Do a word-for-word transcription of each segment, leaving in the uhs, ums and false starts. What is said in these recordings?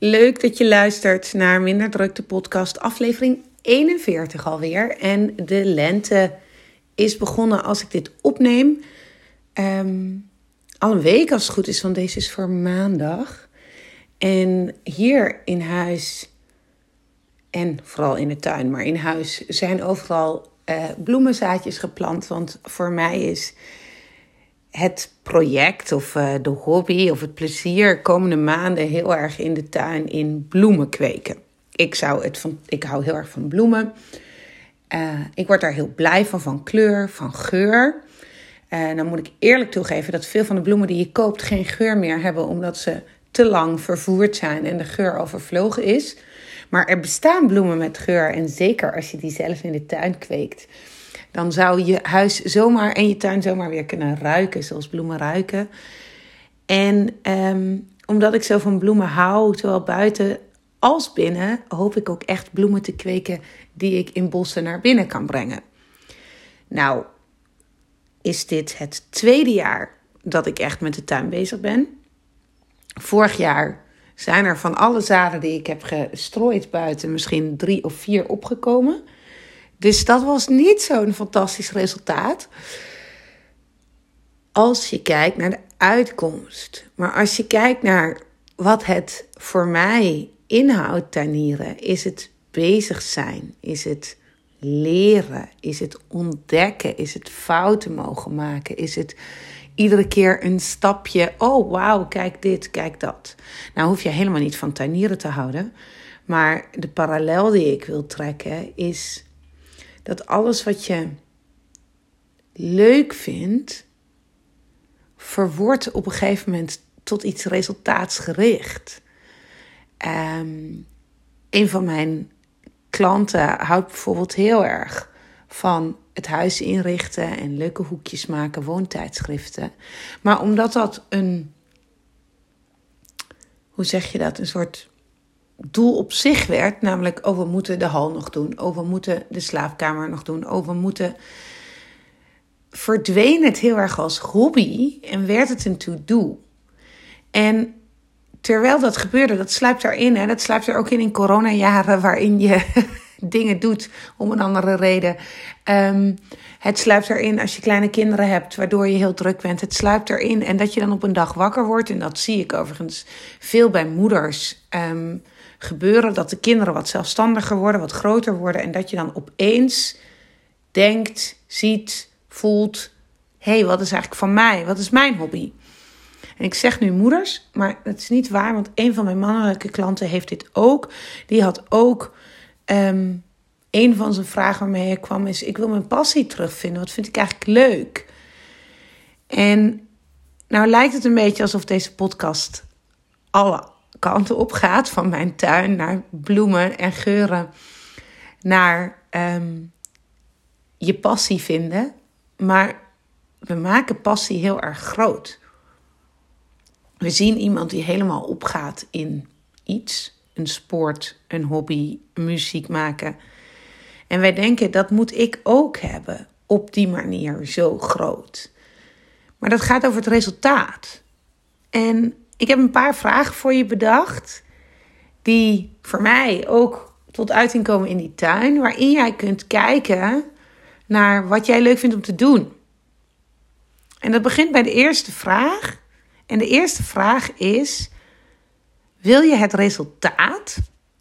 Leuk dat je luistert naar Minder Drukte podcast, aflevering eenenveertig alweer. En de lente is begonnen als ik dit opneem. Um, al een week als het goed is, want deze is voor maandag. En hier in huis, en vooral in de tuin, maar in huis zijn overal uh, bloemenzaadjes geplant. Want voor mij is het project of uh, de hobby of het plezier komende maanden heel erg in de tuin in bloemen kweken. Ik, zou het van, ik hou heel erg van bloemen. Uh, ik word daar heel blij van, van kleur, van geur. Uh, dan moet ik eerlijk toegeven dat veel van de bloemen die je koopt geen geur meer hebben, omdat ze te lang vervoerd zijn en de geur overvlogen is. Maar er bestaan bloemen met geur en zeker als je die zelf in de tuin kweekt, dan zou je huis zomaar en je tuin zomaar weer kunnen ruiken, zoals bloemen ruiken. En um, omdat ik zo van bloemen hou, zowel buiten als binnen, hoop ik ook echt bloemen te kweken die ik in bossen naar binnen kan brengen. Nou, is dit het tweede jaar dat ik echt met de tuin bezig ben. Vorig jaar zijn er van alle zaden die ik heb gestrooid buiten misschien drie of vier opgekomen. Dus dat was niet zo'n fantastisch resultaat. Als je kijkt naar de uitkomst. Maar als je kijkt naar wat het voor mij inhoudt, tuinieren, is het bezig zijn, is het leren, is het ontdekken, is het fouten mogen maken, is het iedere keer een stapje, oh wauw, kijk dit, kijk dat. Nou hoef je helemaal niet van tuinieren te houden, maar de parallel die ik wil trekken is dat alles wat je leuk vindt, verwoordt op een gegeven moment tot iets resultaatsgericht. Um, een van mijn klanten houdt bijvoorbeeld heel erg van het huis inrichten en leuke hoekjes maken, woontijdschriften. Maar omdat dat een, hoe zeg je dat, een soort doel op zich werd, namelijk, oh, we moeten de hal nog doen, oh, we moeten de slaapkamer nog doen, oh, we moeten, verdween het heel erg als hobby en werd het een to-do. En terwijl dat gebeurde, dat sluipt erin, hè, dat sluipt er ook in in coronajaren, waarin je dingen doet om een andere reden. Um, het sluipt erin als je kleine kinderen hebt, waardoor je heel druk bent. Het sluipt erin en dat je dan op een dag wakker wordt, en dat zie ik overigens veel bij moeders um, gebeuren, dat de kinderen wat zelfstandiger worden, wat groter worden, en dat je dan opeens denkt, ziet, voelt, hé, hey, wat is eigenlijk van mij? Wat is mijn hobby? En ik zeg nu moeders, maar dat is niet waar, want een van mijn mannelijke klanten heeft dit ook. Die had ook, um, een van zijn vragen waarmee hij kwam is, ik wil mijn passie terugvinden. Wat vind ik eigenlijk leuk? En nou lijkt het een beetje alsof deze podcast alle kanten op gaat. Van mijn tuin naar bloemen en geuren. Naar um, je passie vinden. Maar we maken passie heel erg groot. We zien iemand die helemaal opgaat in iets. Een sport, een hobby, muziek maken. En wij denken, dat moet ik ook hebben. Op die manier, zo groot. Maar dat gaat over het resultaat. En ik heb een paar vragen voor je bedacht. Die voor mij ook tot uiting komen in die tuin. Waarin jij kunt kijken naar wat jij leuk vindt om te doen. En dat begint bij de eerste vraag. En de eerste vraag is, wil je het resultaat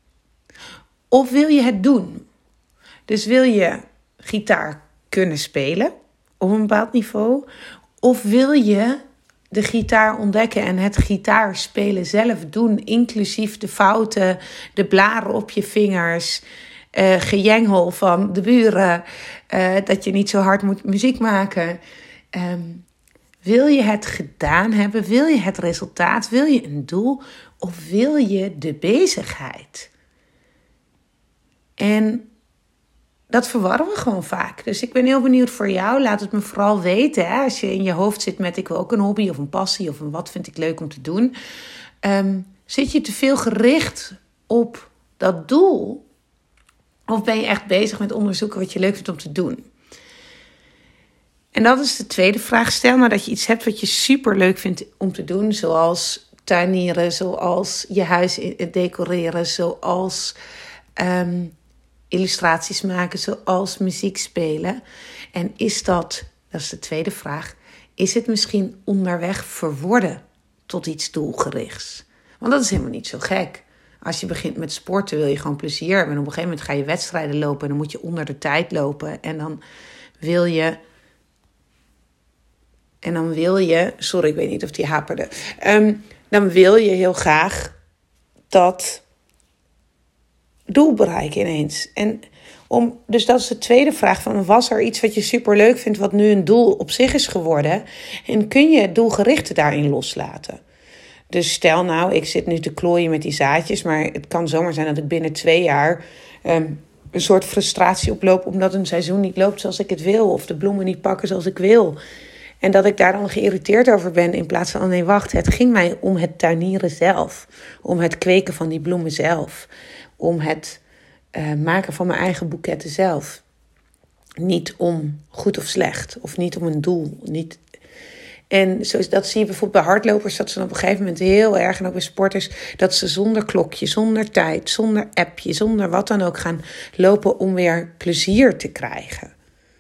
of wil je het doen? Dus wil je gitaar kunnen spelen op een bepaald niveau, of wil je de gitaar ontdekken en het gitaarspelen zelf doen, inclusief de fouten, de blaren op je vingers, uh, gejengel van de buren, uh, dat je niet zo hard moet muziek maken. Um, Wil je het gedaan hebben? Wil je het resultaat? Wil je een doel? Of wil je de bezigheid? En dat verwarren we gewoon vaak. Dus ik ben heel benieuwd voor jou. Laat het me vooral weten. Hè? Als je in je hoofd zit met ik wil ook een hobby of een passie of een wat vind ik leuk om te doen. Um, zit je te veel gericht op dat doel? Of ben je echt bezig met onderzoeken wat je leuk vindt om te doen? En dat is de tweede vraag. Stel maar dat je iets hebt wat je super leuk vindt om te doen. Zoals tuinieren, zoals je huis decoreren, zoals um, illustraties maken, zoals muziek spelen. En is dat, dat is de tweede vraag, is het misschien onderweg verworden tot iets doelgerichts? Want dat is helemaal niet zo gek. Als je begint met sporten wil je gewoon plezier hebben. En op een gegeven moment ga je wedstrijden lopen en dan moet je onder de tijd lopen. En dan wil je... En dan wil je... Sorry, ik weet niet of die haperde. Um, dan wil je heel graag dat doel bereiken ineens. En om, dus dat is de tweede vraag. Van, was er iets wat je superleuk vindt wat nu een doel op zich is geworden? En kun je het doelgerichte daarin loslaten? Dus stel nou, ik zit nu te klooien met die zaadjes, maar het kan zomaar zijn dat ik binnen twee jaar um, een soort frustratie oploop omdat een seizoen niet loopt zoals ik het wil, of de bloemen niet pakken zoals ik wil. En dat ik daar dan geïrriteerd over ben in plaats van, oh nee, wacht, het ging mij om het tuinieren zelf, om het kweken van die bloemen zelf, om het uh, maken van mijn eigen boeketten zelf. Niet om goed of slecht, of niet om een doel, niet... En zo, dat zie je bijvoorbeeld bij hardlopers, dat ze op een gegeven moment heel erg, en ook bij sporters, dat ze zonder klokje, zonder tijd, zonder appje, zonder wat dan ook gaan lopen om weer plezier te krijgen.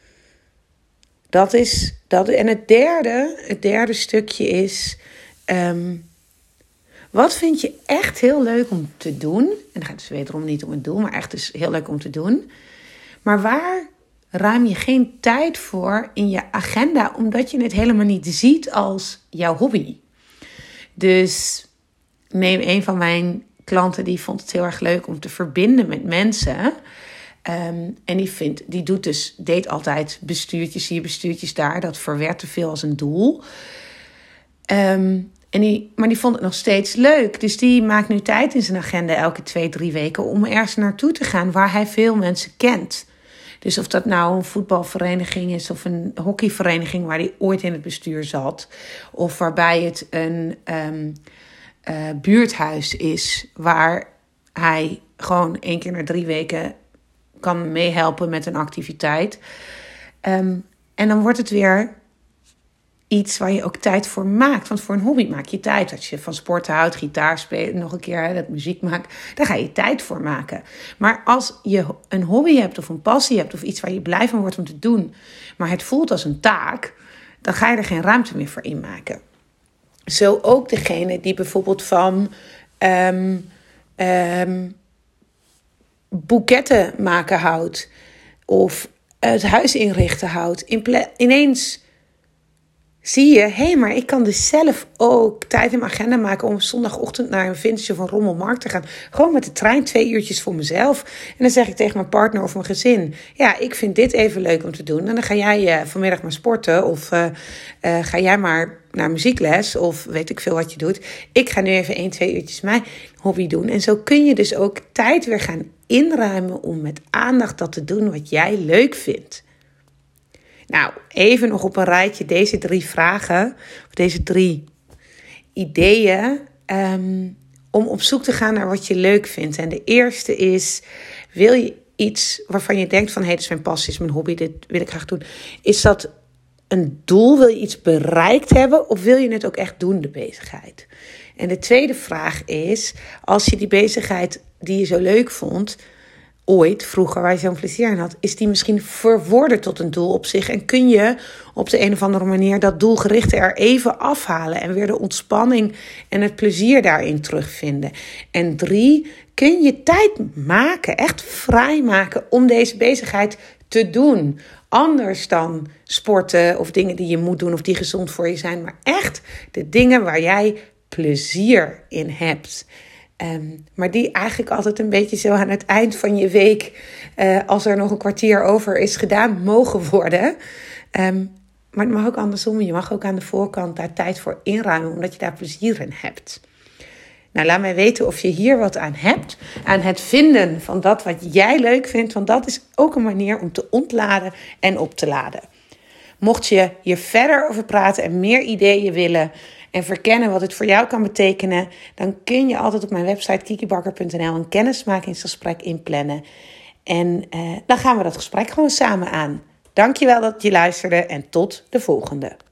Dat is, dat, en het derde, het derde stukje is, um, wat vind je echt heel leuk om te doen? En dan gaat het dus wederom niet om het doel, maar echt dus heel leuk om te doen. Maar waar ruim je geen tijd voor in je agenda, omdat je het helemaal niet ziet als jouw hobby. Dus neem een van mijn klanten, die vond het heel erg leuk om te verbinden met mensen. Um, en die, vindt, die doet dus, deed altijd bestuurtjes hier, bestuurtjes daar. Dat verwerkt te veel als een doel. Um, en die, maar die vond het nog steeds leuk. Dus die maakt nu tijd in zijn agenda elke twee, drie weken om ergens naartoe te gaan waar hij veel mensen kent. Dus of dat nou een voetbalvereniging is of een hockeyvereniging waar hij ooit in het bestuur zat. Of waarbij het een um, uh, buurthuis is waar hij gewoon één keer na drie weken kan meehelpen met een activiteit. Um, en dan wordt het weer iets waar je ook tijd voor maakt. Want voor een hobby maak je tijd. Als je van sporten houdt, gitaar spelen, nog een keer hè, dat muziek maakt, daar ga je tijd voor maken. Maar als je een hobby hebt of een passie hebt of iets waar je blij van wordt om te doen, maar het voelt als een taak, dan ga je er geen ruimte meer voor inmaken. Zo ook degene die bijvoorbeeld van um, um, boeketten maken houdt of het huis inrichten houdt. In ple- ineens zie je, hé, hey, maar ik kan dus zelf ook tijd in mijn agenda maken om zondagochtend naar een vintage of een rommelmarkt te gaan. Gewoon met de trein, twee uurtjes voor mezelf. En dan zeg ik tegen mijn partner of mijn gezin, ja, ik vind dit even leuk om te doen. En dan ga jij uh, vanmiddag maar sporten of uh, uh, ga jij maar naar muziekles of weet ik veel wat je doet. Ik ga nu even één, twee uurtjes mijn hobby doen. En zo kun je dus ook tijd weer gaan inruimen om met aandacht dat te doen wat jij leuk vindt. Nou, even nog op een rijtje deze drie vragen, of deze drie ideeën, um, om op zoek te gaan naar wat je leuk vindt. En de eerste is, wil je iets waarvan je denkt van, hé, hey, dit is mijn passie, dit is mijn hobby, dit wil ik graag doen. Is dat een doel? Wil je iets bereikt hebben of wil je het ook echt doen, de bezigheid? En de tweede vraag is, als je die bezigheid die je zo leuk vond, ooit, vroeger, waar je zo'n plezier in had, is die misschien verworden tot een doel op zich. En kun je op de een of andere manier dat doelgerichte er even afhalen en weer de ontspanning en het plezier daarin terugvinden. En drie, kun je tijd maken, echt vrij maken om deze bezigheid te doen. Anders dan sporten of dingen die je moet doen of die gezond voor je zijn, maar echt de dingen waar jij plezier in hebt. Um, maar die eigenlijk altijd een beetje zo aan het eind van je week, uh, als er nog een kwartier over is gedaan, mogen worden. Um, maar het mag ook andersom. Je mag ook aan de voorkant daar tijd voor inruimen, omdat je daar plezier in hebt. Nou, laat mij weten of je hier wat aan hebt. Aan het vinden van dat wat jij leuk vindt. Want dat is ook een manier om te ontladen en op te laden. Mocht je hier verder over praten en meer ideeën willen en verkennen wat het voor jou kan betekenen, dan kun je altijd op mijn website kikibakker punt n l een kennismakingsgesprek inplannen. En uh, dan gaan we dat gesprek gewoon samen aan. Dankjewel dat je luisterde en tot de volgende.